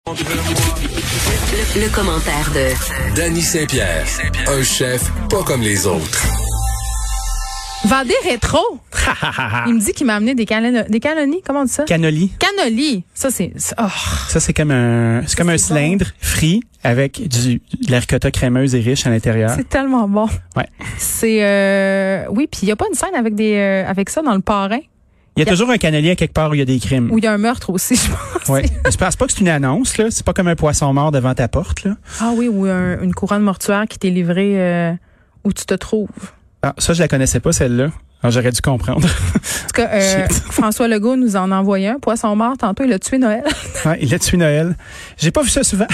Le commentaire de Danny Saint-Pierre, un chef pas comme les autres. Vendée rétro. Il me dit qu'il m'a amené des cannoli. Comment on dit ça? Cannoli. Cannoli. Ça, c'est... Oh. Ça, c'est comme un cylindre frit avec de la ricotta crémeuse et riche à l'intérieur. C'est tellement bon. Ouais. C'est... Oui, puis il n'y a pas une scène avec ça dans Le Parrain? Il y a toujours un cannoli à quelque part où il y a des crimes. Où il y a un meurtre aussi, je pense. Ouais. Je pense pas que c'est une annonce, là. C'est pas comme un poisson mort devant ta porte, là. Ah oui, ou une couronne mortuaire qui t'est livrée où tu te trouves. Ah, ça, je la connaissais pas, celle-là. Alors, j'aurais dû comprendre. En tout cas, François Legault nous en a envoyé un. Poisson mort, tantôt, il a tué Noël. Ouais, il a tué Noël. J'ai pas vu ça souvent.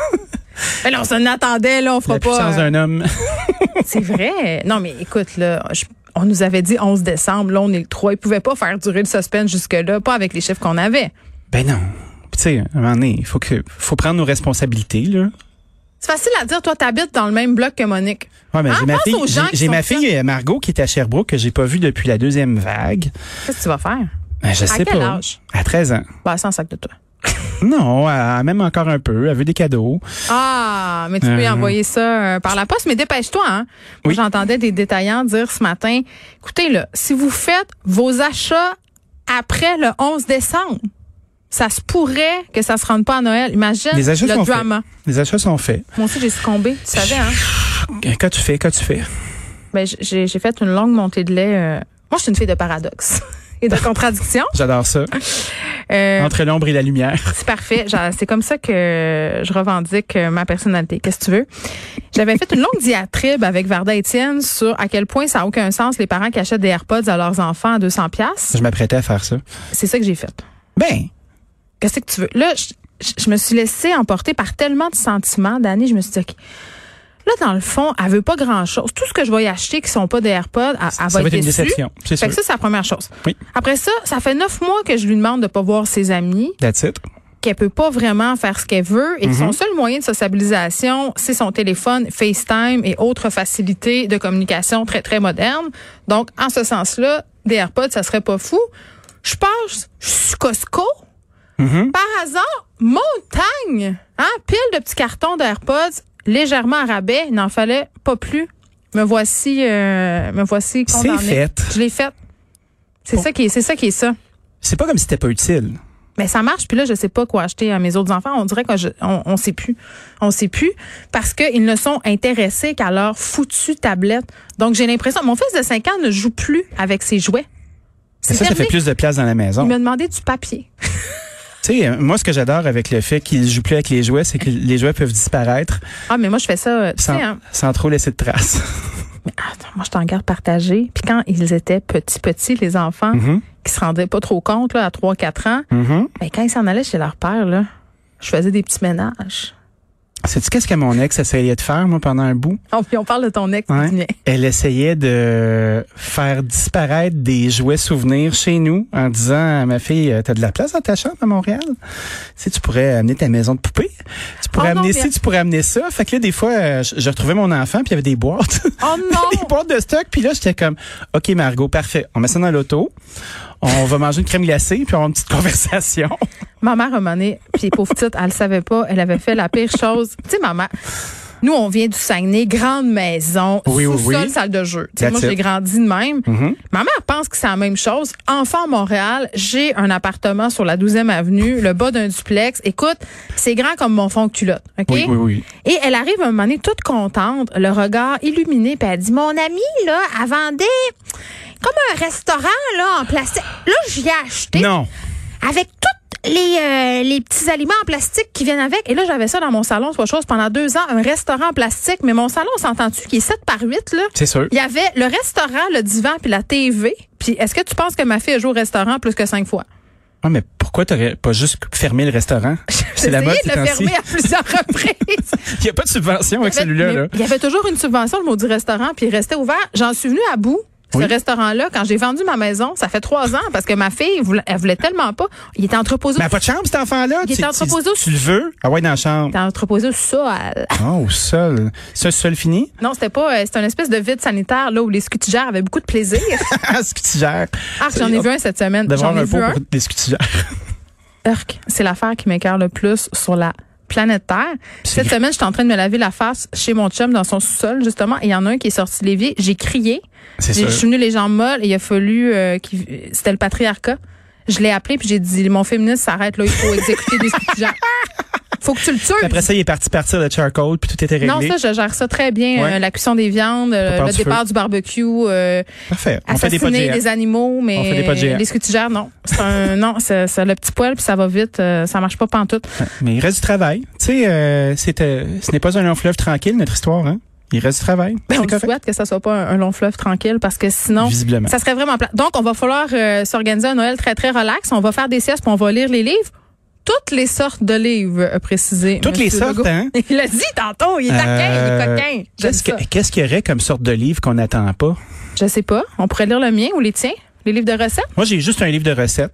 Mais là, on s'en attendait, là, on fera la puissance d'un homme. C'est vrai. Non, mais écoute, là, on nous avait dit 11 décembre. Là, on est le 3. Ils pouvaient pas faire durer le suspense jusque-là, pas avec les chiffres qu'on avait. Ben non. Puis tu sais, à un moment donné, il faut prendre nos responsabilités, là. C'est facile à dire, toi, t'habites dans le même bloc que Monique. Ouais, mais j'ai ma fille fille Margot qui est à Sherbrooke que j'ai pas vue depuis la deuxième vague. Qu'est-ce que tu vas faire? Ben, je sais pas. À quel âge? À 13 ans. Ben, sans sac de toi. Non, même encore un peu. Elle veut des cadeaux. Ah, mais tu peux y envoyer ça par la poste, mais dépêche-toi, hein. Moi, j'entendais des détaillants dire ce matin, écoutez, là, si vous faites vos achats après le 11 décembre, ça se pourrait que ça se rende pas à Noël. Imagine le drama. Les achats sont faits. Moi aussi, j'ai succombé. Tu savais, hein? Qu'as-tu fait? Ben, j'ai fait une longue montée de lait. Moi, je suis une fille de paradoxe et de contradiction. J'adore ça. Entre l'ombre et la lumière. C'est parfait. C'est comme ça que je revendique ma personnalité. Qu'est-ce que tu veux? J'avais fait une longue diatribe avec Varda Étienne sur à quel point ça n'a aucun sens les parents qui achètent des AirPods à leurs enfants à 200$. Je m'apprêtais à faire ça. C'est ça que j'ai fait. Ben... Qu'est-ce que tu veux? Là, je me suis laissée emporter par tellement de sentiments, Dani. Je me suis dit, OK, là, dans le fond, elle veut pas grand-chose. Tout ce que je vais y acheter qui sont pas des AirPods, elle va être une déçue. déception, c'est sûr. Fait que ça, c'est la première chose. Oui. Après ça fait 9 mois que je lui demande de pas voir ses amis. That's it. Qu'elle peut pas vraiment faire ce qu'elle veut et que son seul moyen de sociabilisation, c'est son téléphone, FaceTime et autres facilités de communication très, très modernes. Donc, en ce sens-là, des AirPods, ça serait pas fou. Je pense, je suis Costco. Par hasard, montagne, pile de petits cartons d'AirPods, légèrement à rabais, il n'en fallait pas plus. Me voici condamnée. C'est fait. Je l'ai fait. C'est ça qui est ça. C'est pas comme si c'était pas utile. Mais ça marche, puis là, je sais pas quoi acheter à mes autres enfants. On dirait on sait plus. On sait plus parce qu'ils ne sont intéressés qu'à leur foutue tablette. Donc, j'ai l'impression, mon fils de 5 ans ne joue plus avec ses jouets. Ça fait plus de place dans la maison. Il m'a demandé du papier. Tu sais, moi, ce que j'adore avec le fait qu'ils jouent plus avec les jouets, c'est que les jouets peuvent disparaître. Ah, mais moi, je fais ça, sans trop laisser de traces. Mais attends, moi, je t'en garde partagé. Puis quand ils étaient petits, les enfants, qui se rendaient pas trop compte, là, à 3-4 ans, ben, quand ils s'en allaient chez leur père, là, je faisais des petits ménages. Sais-tu qu'est-ce que mon ex essayait de faire, moi, pendant un bout? Oh, puis on parle de ton ex. Ouais. Elle essayait de faire disparaître des jouets souvenirs chez nous en disant à ma fille, t'as de la place dans ta chambre à Montréal? Tu sais, tu pourrais amener ta maison de poupée. Tu pourrais tu pourrais amener ça. Fait que là, des fois, je retrouvais mon enfant puis il y avait des boîtes. Oh non! Des boîtes de stock. Puis là, j'étais comme, OK, Margot, parfait. On met ça dans l'auto. On va manger une crème glacée puis on va avoir une petite conversation. Ma mère, un moment donné, puis pauvre petite, elle le savait pas, elle avait fait la pire chose. Tu sais, ma mère, nous, on vient du Saguenay, grande maison, sous-sol, salle de jeu. Tu sais, moi, j'ai grandi de même. Ma mère pense que c'est la même chose. Enfant à Montréal, j'ai un appartement sur la 12e avenue, le bas d'un duplex. Écoute, c'est grand comme mon fond de culotte, OK? Oui. Et elle arrive un moment donné, toute contente, le regard illuminé, puis elle dit, mon amie, là, elle vendait comme un restaurant, là, en plastique. Là, j'y ai acheté. Non. Avec toutes les petits aliments en plastique qui viennent avec. Et là, j'avais ça dans mon salon, soit chose, pendant 2 ans, un restaurant en plastique. Mais mon salon, on s'entend-tu, qui est 7x8, là? C'est sûr. Il y avait le restaurant, le divan, puis la TV. Puis est-ce que tu penses que ma fille a joué au restaurant plus que 5 fois? Ah, mais pourquoi t'aurais pas juste fermé le restaurant? C'est la mode, de le fermer à plusieurs reprises. Il n'y a pas de subvention avec celui-là, là. Il y avait toujours une subvention, le maudit restaurant, puis il restait ouvert. J'en suis venue à bout. Ce restaurant-là, quand j'ai vendu ma maison, ça fait 3 ans, parce que ma fille, elle voulait tellement pas. Il était entreposé. Mais elle a pas de chambre, cet enfant-là. Il était entreposé tu le veux? Ah ouais, dans la chambre. Il était entreposé au sol. Oh, au sol. C'est un sol fini? Non, c'était pas, c'était une espèce de vide sanitaire, là, où les scutigères avaient beaucoup de plaisir. Scutigères. Ah, j'en ai vu un cette semaine. D'avoir J'en ai un vu pot un. pour des scutigères. C'est l'affaire qui m'écoeure le plus sur la planète Terre. Cette semaine, j'étais en train de me laver la face chez mon chum dans son sous-sol, justement, et il y en a un qui est sorti de l'évier. J'ai crié. Je suis venue les jambes molles et il a fallu... c'était le patriarcat. Je l'ai appelé puis j'ai dit, mon féministe s'arrête là, il faut exécuter des sous-gens. Faut que tu le tues. Après ça, il est parti partir de charcoal puis tout était réglé. Non, ça, je gère ça très bien. La cuisson des viandes, le départ du barbecue. Parfait. On assassiner fait des pots de des animaux, mais on fait des pots de géants. les scutigères, non. C'est le petit poil puis ça va vite. Ça marche pas pantoute. Mais il reste du travail. Tu sais, ce n'est pas un long fleuve tranquille, notre histoire, hein? Il reste du travail. On souhaite que ça soit pas un long fleuve tranquille parce que sinon, visiblement, ça serait vraiment plat. Donc, on va falloir s'organiser un Noël très, très relax. On va faire des siestes puis on va lire les livres. Toutes les sortes de livres, a précisé. Toutes les sortes, hein? Il l'a dit tantôt, il est taquin, il est coquin. Qu'est-ce qu'il y aurait comme sorte de livre qu'on n'attend pas? Je sais pas. On pourrait lire le mien ou les tiens? Les livres de recettes? Moi, j'ai juste un livre de recettes.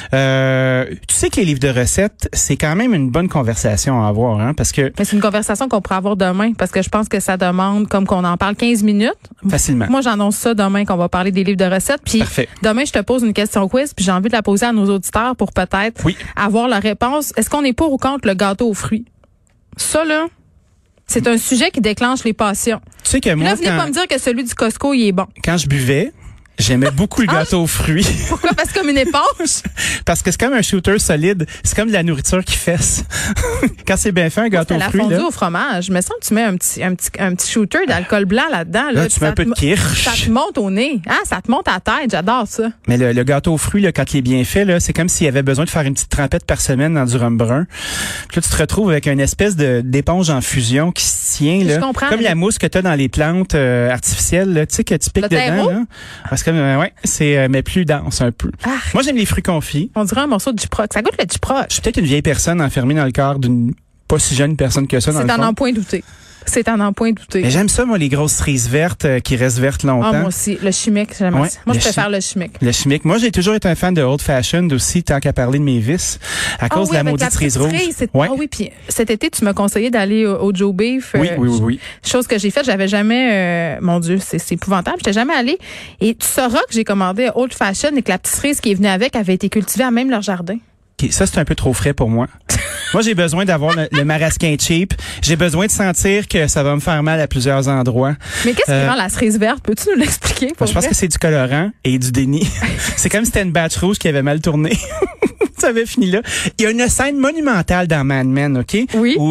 Tu sais que les livres de recettes, c'est quand même une bonne conversation à avoir, hein, parce que... Mais c'est une conversation qu'on pourrait avoir demain, parce que je pense que ça demande, comme qu'on en parle 15 minutes. Facilement. Moi, j'annonce ça demain qu'on va parler des livres de recettes. Puis demain, je te pose une question quiz, puis j'ai envie de la poser à nos auditeurs pour peut-être avoir la réponse. Est-ce qu'on est pour ou contre le gâteau aux fruits? Ça, là... C'est un sujet qui déclenche les passions. Tu sais que moi, là, venez pas me dire que celui du Costco, il est bon. Quand je buvais, j'aimais beaucoup le gâteau aux fruits. Pourquoi? Parce que comme une éponge? Parce que c'est comme un shooter solide. C'est comme de la nourriture qui fesse. Quand c'est bien fait, un gâteau aux fruits. La fondue au fromage. Mais ça, tu mets un petit shooter d'alcool blanc là-dedans. Là, tu mets un peu de kirsch. Ça te monte au nez. Ah, ça te monte à la tête. J'adore ça. Mais le gâteau aux fruits, là, quand il est bien fait, là, c'est comme s'il y avait besoin de faire une petite trempette par semaine dans du rhum brun. Puis là, tu te retrouves avec une espèce d'éponge en fusion qui se tient, là. Je comprends. Comme la mousse que tu as dans les plantes artificielles, là, tu sais, que tu piques dedans, là. Parce que, c'est, mais plus dense un peu. Ah. Moi, j'aime les fruits confits. On dirait un morceau de Gyproc. Ça goûte le Gyproc. Je suis peut-être une vieille personne enfermée dans le corps d'une pas si jeune personne que ça, dans le fond. C'est à n'en point douter. C'est à n'en point douter. Mais j'aime ça, moi, les grosses cerises vertes qui restent vertes longtemps. Ah, moi aussi. Le chimique, j'aime ça. Moi, je préfère le chimique. Le chimique. Moi, j'ai toujours été un fan de Old Fashioned aussi, tant qu'à parler de mes vices, à cause de la maudite cerise rouge. Ah oui, puis cet été, tu m'as conseillé d'aller au Joe Beef. Oui. Chose que j'ai faite, j'avais jamais... mon Dieu, c'est épouvantable. J'étais jamais allée. Et tu sauras que j'ai commandé Old Fashioned et que la petite cerise qui est venue avec avait été cultivée à même leur jardin. Okay, ça, c'est un peu trop frais pour moi. Moi, j'ai besoin d'avoir le marasquin cheap. J'ai besoin de sentir que ça va me faire mal à plusieurs endroits. Mais qu'est-ce qui rend la cerise verte? Peux-tu nous l'expliquer? Je pense que c'est du colorant et du déni. C'est comme si c'était une batch rouge qui avait mal tourné. Ça avait fini là. Il y a une scène monumentale dans Mad Men, OK? Oui. Où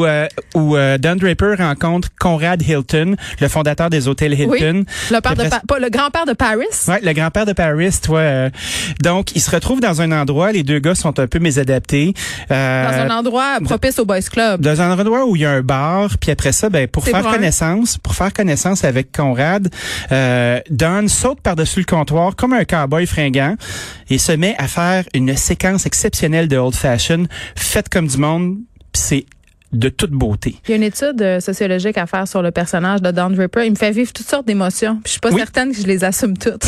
Don Draper rencontre Conrad Hilton, le fondateur des hôtels Hilton. Oui. Le grand-père de Paris. Ouais, le grand-père de Paris, toi. Donc, ils se retrouvent dans un endroit, les deux gars sont un peu mésadaptés. Dans un endroit propice au Boys Club. Dans un endroit où il y a un bar, puis après ça, pour faire connaissance avec Conrad, Don saute par-dessus le comptoir comme un cowboy fringant et se met à faire une séquence exceptionnelle de Old Fashioned, faite comme du monde, puis c'est de toute beauté. Il y a une étude sociologique à faire sur le personnage de Don Draper. Il me fait vivre toutes sortes d'émotions. Puis je suis pas certaine que je les assume toutes.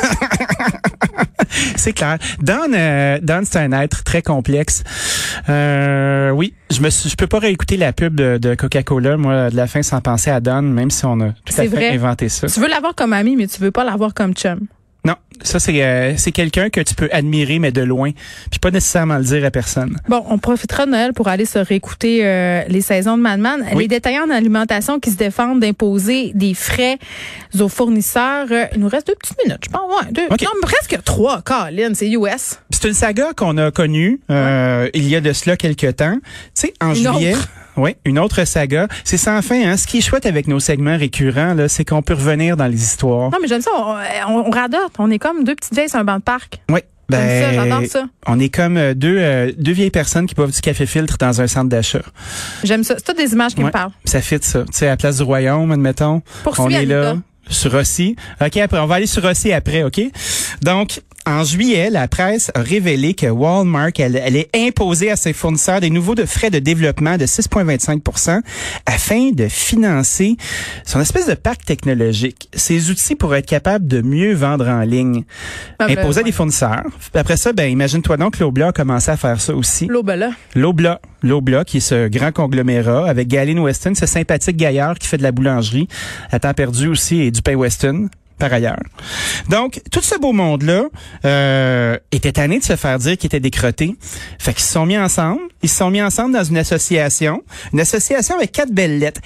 C'est clair. Don, c'est un être très complexe. Oui, je peux pas réécouter la pub de Coca-Cola, moi, de la fin sans penser à Don, même si on a tout à fait inventé ça. Tu veux l'avoir comme ami, mais tu veux pas l'avoir comme chum. Non, ça c'est quelqu'un que tu peux admirer mais de loin, puis pas nécessairement le dire à personne. Bon, on profitera de Noël pour aller se réécouter les saisons de Mad Men. Les détaillants en alimentation qui se défendent d'imposer des frais aux fournisseurs. Il nous reste 2 petites minutes, je pense. Non, presque 3. Colin, c'est US. C'est une saga qu'on a connue il y a de cela quelques temps. Tu sais, en juillet. Oui, une autre saga. C'est sans fin, hein. Ce qui est chouette avec nos segments récurrents, là, c'est qu'on peut revenir dans les histoires. Non, mais j'aime ça. On radote. On est comme 2 petites vieilles sur un banc de parc. Oui. Ça, j'adore ça. On est comme deux vieilles personnes qui boivent du café filtre dans un centre d'achat. J'aime ça. C'est toutes des images qui me parlent. Ça fit ça. Tu sais, à la place du Royaume, admettons. On est là. Sur Rossi. OK, après, on va aller sur Rossi après, OK? Donc, en juillet, la presse a révélé que Walmart allait imposer à ses fournisseurs des nouveaux frais de développement de 6,25% afin de financer son espèce de parc technologique. Ces outils pour être capable de mieux vendre en ligne. Imposer à des fournisseurs. Après ça, imagine-toi donc que Loblaw a commencé à faire ça aussi. Loblaw, qui est ce grand conglomérat, avec Galen Weston, ce sympathique gaillard qui fait de la boulangerie, à temps perdu aussi, et du pain Weston. par ailleurs. Donc, tout ce beau monde-là était tanné de se faire dire qu'ils étaient décrottés. Fait qu'ils se sont mis ensemble. Ils se sont mis ensemble dans une association avec 4 belles lettres.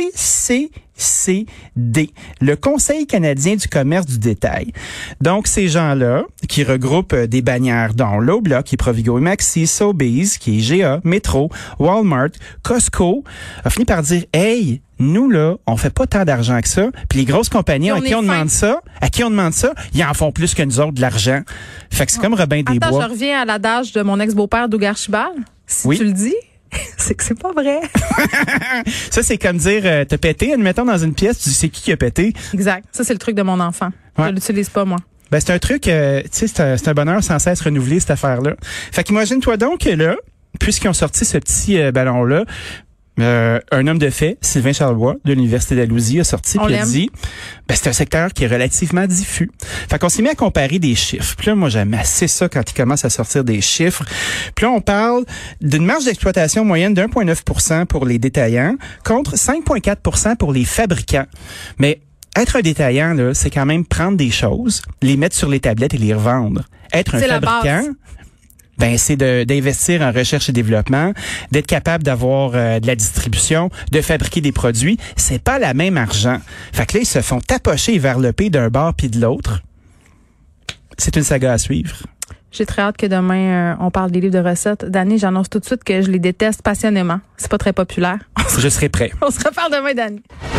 CCD, le Conseil canadien du commerce du détail. Donc, ces gens-là, qui regroupent des bannières dont Loblaw, qui est Provigo et Maxi, Sobeys, qui est IGA, Metro, Walmart, Costco, a fini par dire, hey, nous, là, on fait pas tant d'argent que ça. Puis les grosses compagnies à qui on demande ça, ils en font plus que nous autres de l'argent. Fait que c'est comme Robin des Bois. Attends, je reviens à l'adage de mon ex-beau-père, Doug Archibald. Si tu le dis, c'est que c'est pas vrai. Ça, c'est comme dire, t'as pété, admettons, dans une pièce, tu dis, c'est qui a pété? Exact. Ça, c'est le truc de mon enfant. Ouais. Je l'utilise pas, moi. Ben, c'est un truc, tu sais, c'est un bonheur sans cesse renouvelé, cette affaire-là. Fait qu'imagine-toi donc que là, puisqu'ils ont sorti ce petit ballon-là, un homme de fait, Sylvain Charlebois, de l'Université d'Alousie, a sorti puis a dit, c'est un secteur qui est relativement diffus. Fait qu'on s'est mis à comparer des chiffres. Puis là, moi, j'aime assez ça quand ils commencent à sortir des chiffres. Puis là, on parle d'une marge d'exploitation moyenne de 1,9% pour les détaillants contre 5,4% pour les fabricants. Mais être un détaillant, là, c'est quand même prendre des choses, les mettre sur les tablettes et les revendre. Être un fabricant, c'est d'investir en recherche et développement, d'être capable d'avoir de la distribution, de fabriquer des produits. C'est pas la même argent. Fait que là, ils se font tapocher vers le pied d'un bord puis de l'autre. C'est une saga à suivre. J'ai très hâte que demain, on parle des livres de recettes. Dany, j'annonce tout de suite que je les déteste passionnément. C'est pas très populaire. Je serai prêt. On se reparle demain, Dany.